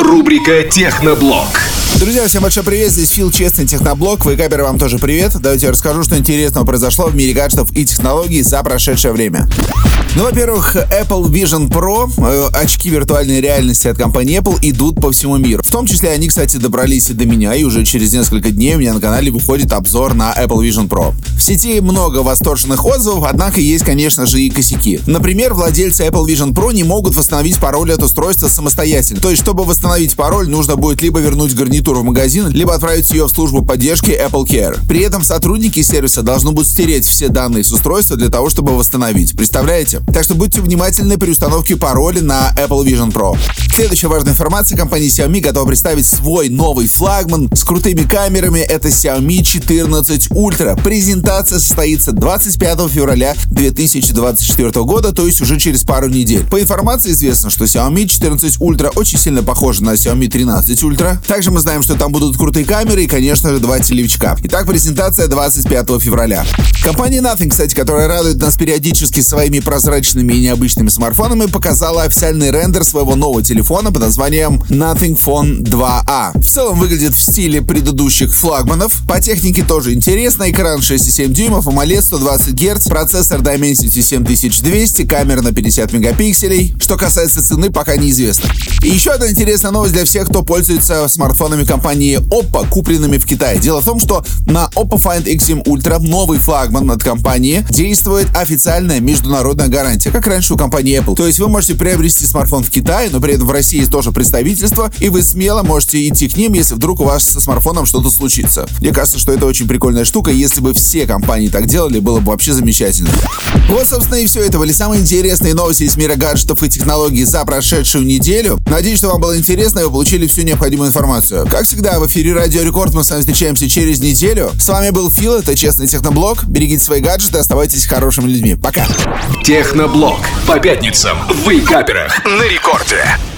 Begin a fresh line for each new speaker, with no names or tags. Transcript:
Рубрика «Техноблог».
Друзья, всем большой привет, здесь Фил, честный техноблог. Вейкаперы, вам тоже привет. Давайте я расскажу, что интересного произошло в мире гаджетов и технологий за прошедшее время. Во-первых, Apple Vision Pro, очки виртуальной реальности от компании Apple, идут по всему миру. В том числе они, кстати, добрались и до меня, и уже через несколько дней у меня на канале выходит обзор на Apple Vision Pro. В сети много восторженных отзывов, однако есть, конечно же, и косяки. Например, владельцы Apple Vision Pro не могут восстановить пароль от устройства самостоятельно. То есть, чтобы восстановить пароль, нужно будет либо вернуть гарнитуру в магазин, либо отправить ее в службу поддержки Apple Care. При этом сотрудники сервиса должны будут стереть все данные с устройства для того, чтобы восстановить. Представляете? Так что будьте внимательны при установке пароля на Apple Vision Pro. Следующая важная информация. Компания Xiaomi готова представить свой новый флагман с крутыми камерами. Это Xiaomi 14 Ultra. Презентация состоится 25 февраля 2024 года, то есть уже через пару недель. По информации известно, что Xiaomi 14 Ultra очень сильно похожа на Xiaomi 13 Ultra. Также мы знаем, что там будут крутые камеры и, конечно же, 2 телевичка. Итак, презентация 25 февраля. Компания Nothing, кстати, которая радует нас периодически своими прозрачными и необычными смартфонами, показала официальный рендер своего нового телефона под названием Nothing Phone 2A. В целом выглядит в стиле предыдущих флагманов. По технике тоже интересно. Экран 6,7 дюймов, AMOLED 120 Гц, процессор Dimensity 7200, камера на 50 мегапикселей. Что касается цены, пока неизвестно. И еще одна интересная новость для всех, кто пользуется смартфонами компании Oppo, купленными в Китае. Дело в том, что на Oppo Find X7 Ultra, новый флагман от компании, действует официальная международная гарантия, как раньше у компании Apple. То есть вы можете приобрести смартфон в Китае, но при этом в России есть тоже представительство, и вы смело можете идти к ним, если вдруг у вас со смартфоном что-то случится. Мне кажется, что это очень прикольная штука, если бы все компании так делали, было бы вообще замечательно. Вот, собственно, и все. Это были самые интересные новости из мира гаджетов и технологий за прошедшую неделю. Надеюсь, что вам было интересно и вы получили всю необходимую информацию. Как всегда, в эфире Радио Рекорд мы с вами встречаемся через неделю. С вами был Фил, это Честный Техноблог. Берегите свои гаджеты, оставайтесь хорошими людьми. Пока.
Техноблог. По пятницам в Вейкаперах на Рекорде.